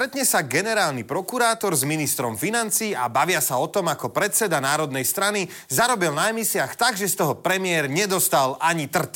Stretne sa generálny prokurátor s ministrom financií a bavia sa o tom, ako predseda Národnej strany zarobil na emisiách tak, že z toho premiér nedostal ani trt.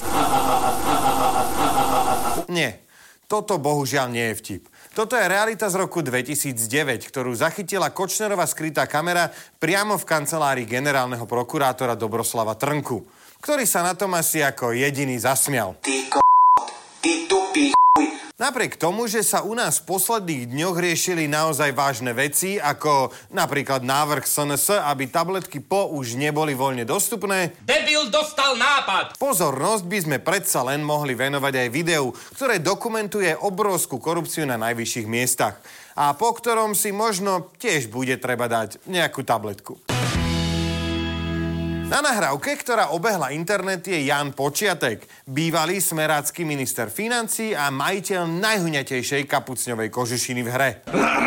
Nie, toto bohužiaľ nie je vtip. Toto je realita z roku 2009, ktorú zachytila Kočnerova skrytá kamera priamo v kancelárii generálneho prokurátora Dobroslava Trnku, ktorý sa na tom asi ako jediný zasmial. Ty tupý. Napriek tomu, že sa u nás v posledných dňoch riešili naozaj vážne veci, ako napríklad návrh SNS, aby tabletky PO už neboli voľne dostupné, debil dostal nápad! Pozornosť by sme predsa len mohli venovať aj videu, ktoré dokumentuje obrovskú korupciu na najvyšších miestach a po ktorom si možno tiež bude treba dať nejakú tabletku. Na nahrávke, ktorá obehla internet, je Ján Počiatek, bývalý smerácky minister financií a majiteľ najhuňatejšej kapucňovej kožušiny v hre.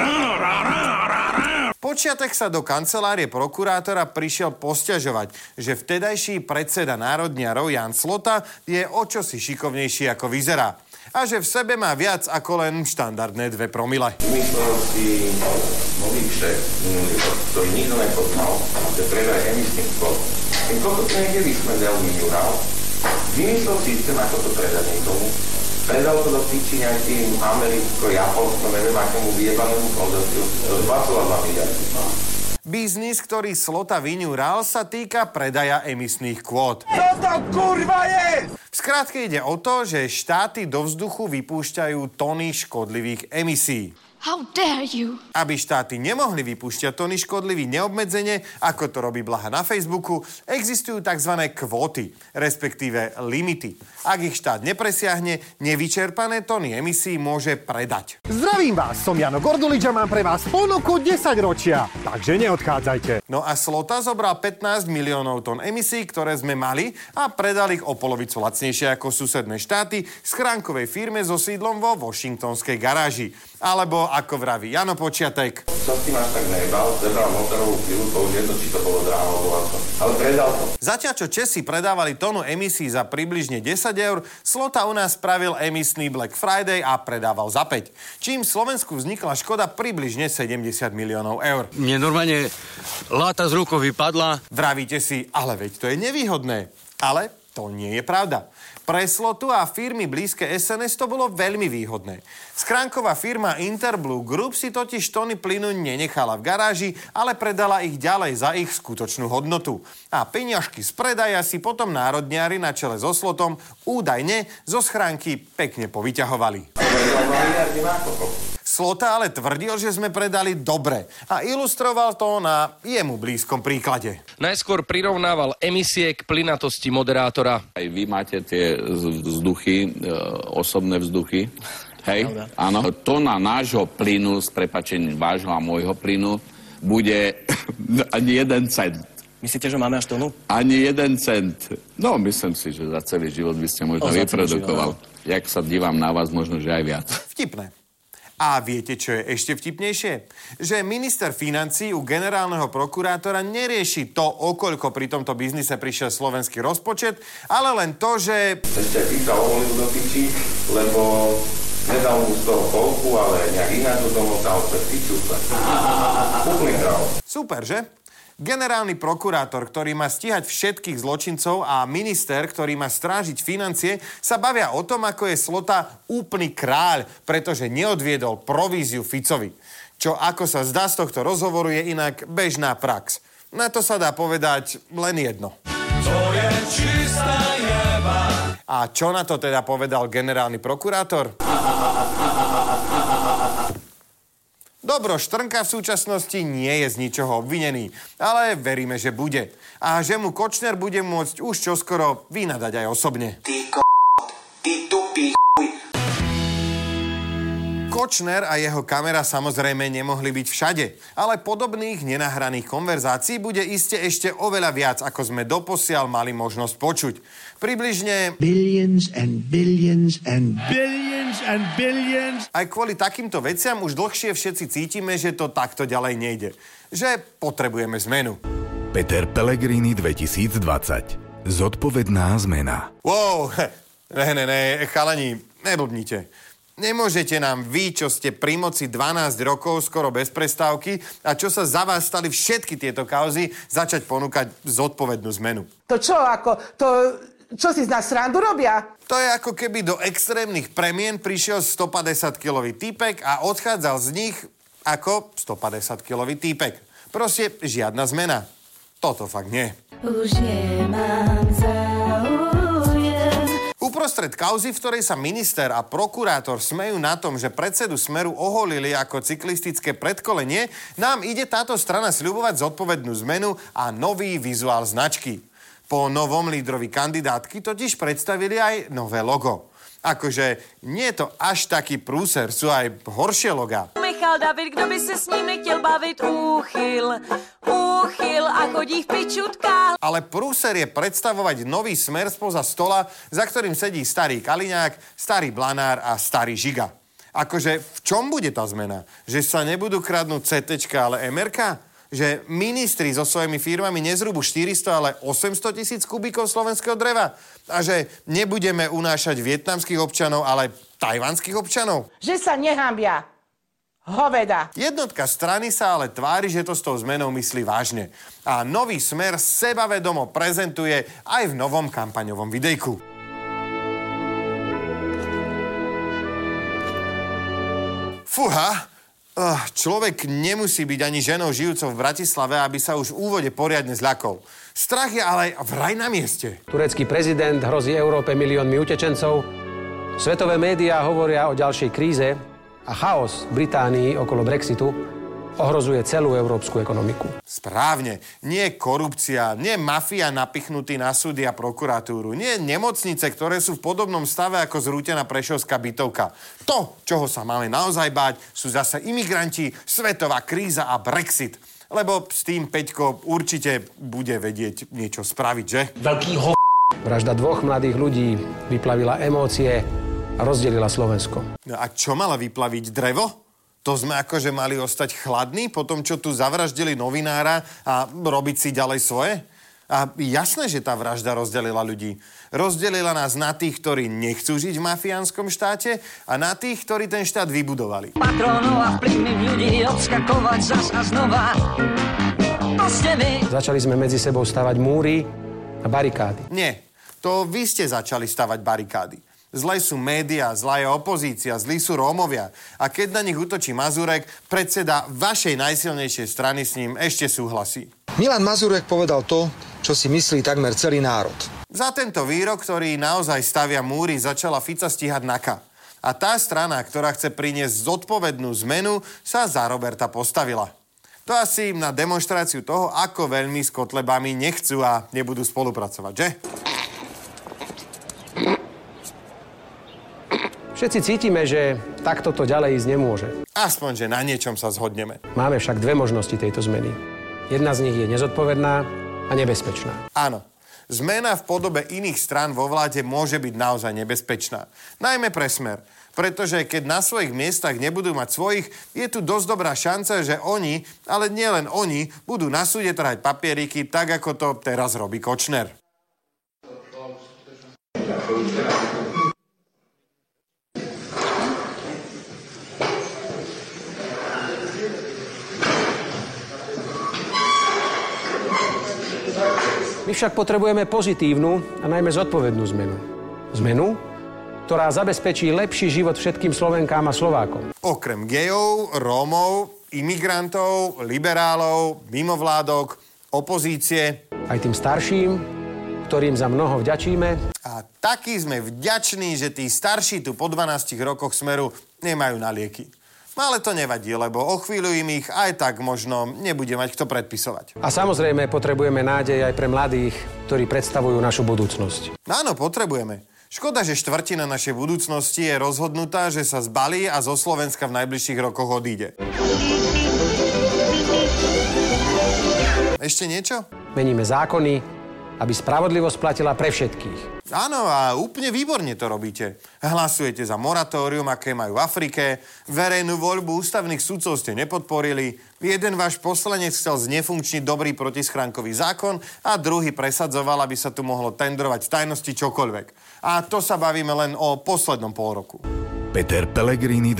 Počiatek sa do kancelárie prokurátora prišiel posťažovať, že vtedajší predseda národniarov Ján Slota je o čosi šikovnejší ako vyzerá a že v sebe má viac ako len štandardné 2 promile. Vymyslel si nový šéf, ktorý nikto nepoznal, že predaj emisných kvót. Ten kokot niekde vysmedel, vyňural. Vymyslel systém, ako to predať niekomu. Predal to do piči nejakým Americko, Japonsko, neviem akému vyjebanému konzorciu. To 2,2 miliardy. Biznis, ktorý Slota vyňural, sa týka predaja emisných kvót. Čo to kurva je? V skratke ide o to, že štáty do vzduchu vypúšťajú tony škodlivých emisí. How dare you? Aby štáty nemohli vypúšťať tony škodlivých neobmedzene, ako to robí Blaha na Facebooku, existujú tzv. Kvóty, respektíve limity. Ak ich štát nepresiahne, nevyčerpané tony emisí môže predať. Zdravím vás, som Jano Gordulič a mám pre vás ponuku 10 ročia, takže neodchádzajte. No a Slota zobral 15 miliónov tón emisí, ktoré sme mali a predal ich o polovicu lacnejšie ako susedné štáty schránkovej firme so sídlom vo washingtonskej garáži. Alebo ako vraví Jano Počiatek. Čo s tým až tak nejbal? Zebral motorovú pilu, to už jedno, či to bolo dráho, ale predal to. Zatiaľ, čo Česi predávali tonu emisí za približne 10 eur, Slota u nás spravil emisný Black Friday a predával za 5. Čím Slovensku vznikla škoda približne 70 miliónov eur. Mne normálne láta z rukou vypadla. Vravíte si, ale veď to je nevýhodné. Ale to nie je pravda. Pre Slotu a firmy blízke SNS to bolo veľmi výhodné. Schránková firma Interblue Group si totiž tony plynu nenechala v garáži, ale predala ich ďalej za ich skutočnú hodnotu. A peňažky z predaja si potom národniari na čele so Slotom údajne zo schránky pekne povyťahovali. Slota ale tvrdil, že sme predali dobre a ilustroval to na jemu blízkom príklade. Najskôr prirovnával emisie k plynatosti moderátora. Aj vy máte tie vzduchy, osobné vzduchy. Hej? Áno. Tona nášho plynu, s prepáčením vášho a môjho plynu, bude ani 1 cent. Myslíte, že máme až tonu? Ani 1 cent. No, myslím si, že za celý život by ste možno vyprodukoval. Jak sa dívam na vás, možno, že aj viac. Vtipné. A viete, čo je ešte vtipnejšie? Že minister financií u generálneho prokurátora nerieši to, okoľko pri tomto biznise prišiel slovenský rozpočet, ale len to, že... Ešte pýta ovolil do piči, lebo nedal mu z toho polku, ale nejak ináč do domov dal pre pičúca. Úplný král. Super, že? Generálny prokurátor, ktorý má stíhať všetkých zločincov a minister, ktorý má strážiť financie, sa bavia o tom, ako je Slota úplný kráľ, pretože neodviedol províziu Ficovi. Čo, ako sa zdá z tohto rozhovoru, je inak bežná prax. Na to sa dá povedať len jedno. To je čistá jeba. A čo na to teda povedal generálny prokurátor? Dobro Štrnka v súčasnosti nie je z ničoho obvinený, ale veríme, že bude. A že mu Kočner bude môcť už čoskoro vynadať aj osobne. Ty tupý. Kočner a jeho kamera samozrejme nemohli byť všade, ale podobných nenahraných konverzácií bude iste ešte oveľa viac, ako sme doposiaľ mali možnosť počuť. Približne... Billions and billions and billions and billions. Aj kvôli takýmto veciam už dlhšie všetci cítime, že to takto ďalej nejde. Že potrebujeme zmenu. Peter Pellegrini 2020. Zodpovedná zmena. Wow, ne, chalani, neblbnite. Nemôžete nám vy, čo ste pri moci 12 rokov, skoro bez prestávky a čo sa za vás stali všetky tieto kauzy, začať ponúkať zodpovednú zmenu. To čo, čo si z nás srandu robia? To je ako keby do extrémnych premien prišiel 150-kilový týpek a odchádzal z nich ako 150-kilový týpek. Proste žiadna zmena. Toto fakt nie. Už nemám záujem. Uprostred kauzy, v ktorej sa minister a prokurátor smejú na tom, že predsedu Smeru oholili ako cyklistické predkolenie, nám ide táto strana sľubovať zodpovednú zmenu a nový vizuál značky. Po novom lídrovi kandidátky totiž predstavili aj nové logo. Akože nie je to až taký prúser, sú aj horšie logá. Michal David, kdo by se s ním nechtěl bavit, úchyl a chodí v pičutkách. Ale prúser je predstavovať nový Smer spoza stola, za ktorým sedí starý Kaliňák, starý Blanár a starý Žiga. Akože v čom bude tá zmena? Že sa nebudú kradnúť CTčka, ale MRK? Že ministri so svojimi firmami nezrúbu 400, ale 800 000 kubíkov slovenského dreva? A že nebudeme unášať vietnamských občanov, ale tajvanských občanov? Že sa nehambia. Hoveda. Jednotka strany sa ale tvári, že to s tou zmenou myslí vážne. A nový Smer sebavedomo prezentuje aj v novom kampaňovom videjku. Fúha, človek nemusí byť ani ženou žijúcou v Bratislave, aby sa už v úvode poriadne zľakol. Strach je ale vraj na mieste. Turecký prezident hrozí Európe miliónmi utečencov. Svetové médiá hovoria o ďalšej kríze a chaos v Británii okolo Brexitu ohrozuje celú európsku ekonomiku. Správne. Nie korupcia, nie mafia napichnutý na súdy a prokuratúru, nie nemocnice, ktoré sú v podobnom stave ako zrútená prešovská bytovka. To, čoho sa máme naozaj báť, sú zase imigranti, svetová kríza a Brexit. Lebo s tým Peťko určite bude vedieť niečo spraviť, že? Vražda dvoch mladých ľudí vyplavila emócie a rozdelila Slovensko. No a čo mala vyplaviť drevo? To sme akože mali ostať chladní po tom, čo tu zavraždili novinára a robiť si ďalej svoje? A jasné, že tá vražda rozdelila ľudí. Rozdelila nás na tých, ktorí nechcú žiť v mafiánskom štáte a na tých, ktorí ten štát vybudovali. Patronov a vplyvných ľudí odskakovať zas a znova. To ste my. Začali sme medzi sebou stavať múry a barikády. Nie, to vy ste začali stavať barikády. Zlé sú médiá, zlá je opozícia, zlí sú Rómovia. A keď na nich útočí Mazurek, predseda vašej najsilnejšej strany s ním ešte súhlasí. Milan Mazurek povedal to, čo si myslí takmer celý národ. Za tento výrok, ktorý naozaj stavia múry, začala Fica stíhať NAKA. A tá strana, ktorá chce priniesť zodpovednú zmenu, sa za Roberta postavila. To asi na demonštráciu toho, ako veľmi s Kotlebami nechcú a nebudú spolupracovať, že? Všetci cítime, že takto to ďalej ísť nemôže. Aspoň, že na niečom sa zhodneme. Máme však dve možnosti tejto zmeny. Jedna z nich je nezodpovedná a nebezpečná. Áno. Zmena v podobe iných strán vo vláde môže byť naozaj nebezpečná. Najmä pre Smer. Pretože keď na svojich miestach nebudú mať svojich, je tu dosť dobrá šanca, že oni, ale nielen oni, budú na súde trhať papieriky tak, ako to teraz robí Kočner. My však potrebujeme pozitívnu a najmä zodpovednú zmenu. Zmenu, ktorá zabezpečí lepší život všetkým Slovenkám a Slovákom. Okrem gejov, Rómov, imigrantov, liberálov, mimovládok, opozície. Aj tým starším, ktorým za mnoho vďačíme. A takí sme vďační, že tí starší tu po 12 rokoch Smeru nemajú na lieky. Ale to nevadí, lebo o chvíľu im ich aj tak možno nebude mať kto predpisovať. A samozrejme potrebujeme nádej aj pre mladých, ktorí predstavujú našu budúcnosť. Áno, potrebujeme. Škoda, že štvrtina našej budúcnosti je rozhodnutá, že sa zbalí a zo Slovenska v najbližších rokoch odíde. Ešte niečo? Meníme zákony, aby spravodlivosť platila pre všetkých. Áno, a úplne výborne to robíte. Hlasujete za moratórium, aké majú v Afrike, verejnú voľbu ústavných sudcov ste nepodporili, jeden váš poslanec chcel znefunkčniť dobrý protischránkový zákon a druhý presadzoval, aby sa tu mohlo tendrovať v tajnosti čokoľvek. A to sa bavíme len o poslednom pol roku. Peter Pellegrini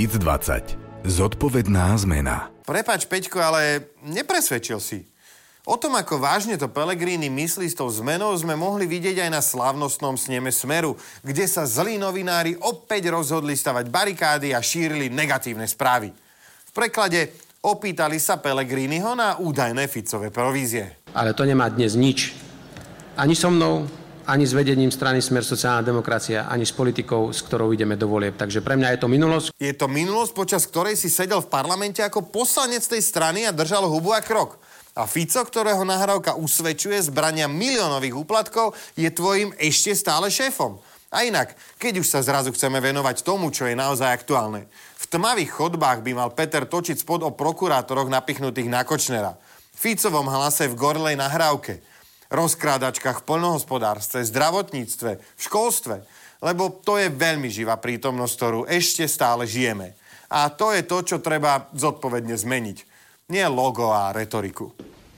2020. Zodpovedná zmena. Prepáč, Peťko, ale nepresvedčil si. O tom, ako vážne to Pellegrini myslí s tou zmenou, sme mohli vidieť aj na slávnostnom sneme Smeru, kde sa zlí novinári opäť rozhodli stavať barikády a šírili negatívne správy. V preklade opýtali sa Pellegriniho na údajné Ficové provízie. Ale to nemá dnes nič. Ani so mnou, ani s vedením strany Smer sociálna demokracia, ani s politikou, s ktorou ideme do volieb. Takže pre mňa je to minulosť. Je to minulosť, počas ktorej si sedel v parlamente ako poslanec tej strany a držal hubu a krok. A Fico, ktorého nahrávka usvedčuje zbrania miliónových úplatkov, je tvojim ešte stále šéfom. A inak, keď už sa zrazu chceme venovať tomu, čo je naozaj aktuálne. V tmavých chodbách by mal Peter točiť spod o prokurátoroch napichnutých na Kočnera. Ficovom hlase v gorlej nahrávke. Rozkrádačkách v poľnohospodárstve, zdravotníctve, v školstve. Lebo to je veľmi živá prítomnosť, ktorú ešte stále žijeme. A to je to, čo treba zodpovedne zmeniť. Nie logo a retoriku.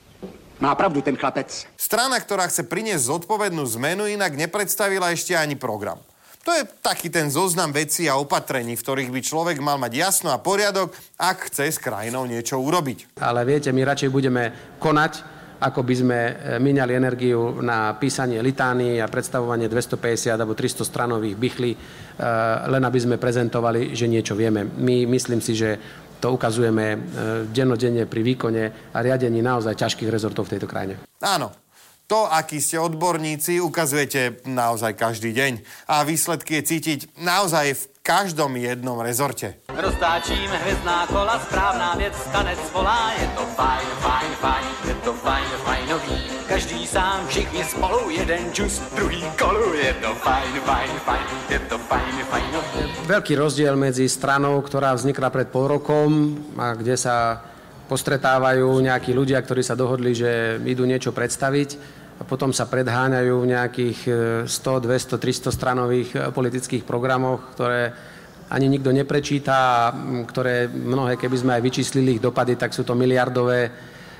Má pravdu ten chlapec. Strana, ktorá chce priniesť zodpovednú zmenu, inak nepredstavila ešte ani program. To je taký ten zoznam vecí a opatrení, v ktorých by človek mal mať jasno a poriadok, ak chce s krajinou niečo urobiť. Ale viete, my radšej budeme konať, ako by sme míňali energiu na písanie litánií a predstavovanie 250 alebo 300 stranových bychlí, len aby sme prezentovali, že niečo vieme. My myslím si, že to ukazujeme dennodenne pri výkone a riadení naozaj ťažkých rezortov v tejto krajine. Áno. To, akí ste odborníci, ukazujete naozaj každý deň. A výsledky je cítiť naozaj v každom jednom rezorte. Roztáčíme hvězdná kola, správná věc, tanec volá, je to fajn, fajn, fajn, je to fajn, fajnový. Každý sám, všichni spolu, jeden čus, druhý kolu, je to fajn, fajn, fajn, je to fajn, fajnový. Veľký rozdiel medzi stranou, ktorá vznikla pred pol rokom a kde sa postretávajú nejakí ľudia, ktorí sa dohodli, že idú niečo predstaviť a potom sa predháňajú v nejakých 100, 200, 300 stranových politických programoch, ktoré ani nikto neprečíta a ktoré mnohé, keby sme aj vyčíslili ich dopady, tak sú to miliardové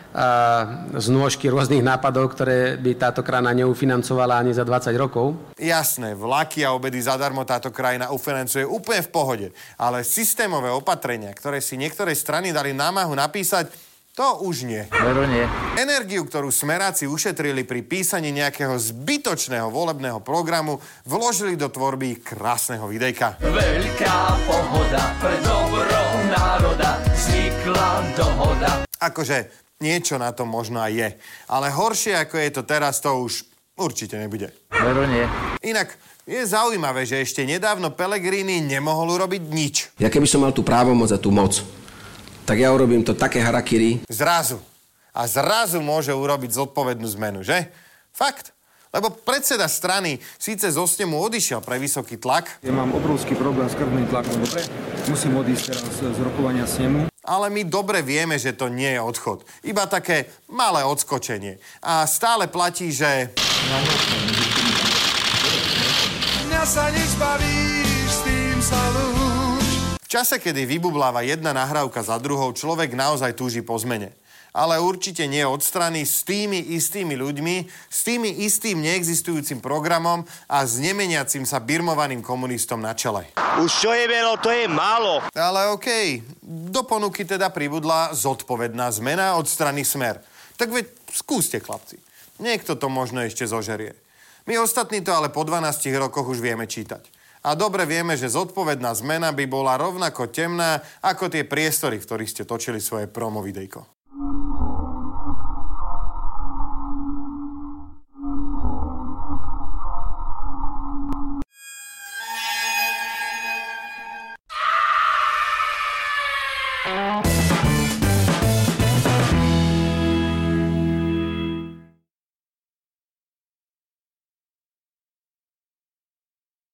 znôžky rôznych nápadov, ktoré by táto krajina neufinancovala ani za 20 rokov. Jasné, vlaky a obedy zadarmo táto krajina ufinancuje úplne v pohode, ale systémové opatrenia, ktoré si niektoré strany dali námahu napísať, to už nie. Veru nie. Energiu, ktorú smeráci ušetrili pri písaní nejakého zbytočného volebného programu, vložili do tvorby krásneho videjka. Veľká pohoda pre dobro národa, vznikla dohoda. Akože niečo na tom možno aj je. Ale horšie, ako je to teraz, to už určite nebude. Veru nie. Inak je zaujímavé, že ešte nedávno Pellegrini nemohol urobiť nič. Ja keby som mal tú právomoc a tú moc, tak ja urobím to také harakiri. Zrazu. A zrazu môže urobiť zodpovednú zmenu, že? Fakt. Lebo predseda strany síce zo snemu odišiel pre vysoký tlak. Ja mám obrovský problém s krvným tlakom, dobre? Musím odísť teraz z rokovania snemu. Ale my dobre vieme, že to nie je odchod. Iba také malé odskočenie. A stále platí, že... Mňa sa nezbavíš, s tým sa lúč. V čase, kedy vybubláva jedna nahrávka za druhou, človek naozaj túži po zmene. Ale určite nie od strany s tými istými ľuďmi, s tými istým neexistujúcim programom a s nemeniacim sa birmovaným komunistom na čele. Už čo je veľa, to je málo. Ale okej, do ponuky teda pribudla zodpovedná zmena od strany Smer. Tak veď skúste, chlapci. Niekto to možno ešte zožerie. My ostatní to ale po 12 rokoch už vieme čítať. A dobre vieme, že zodpovedná zmena by bola rovnako temná ako tie priestory, v ktorých ste točili svoje promo videjko.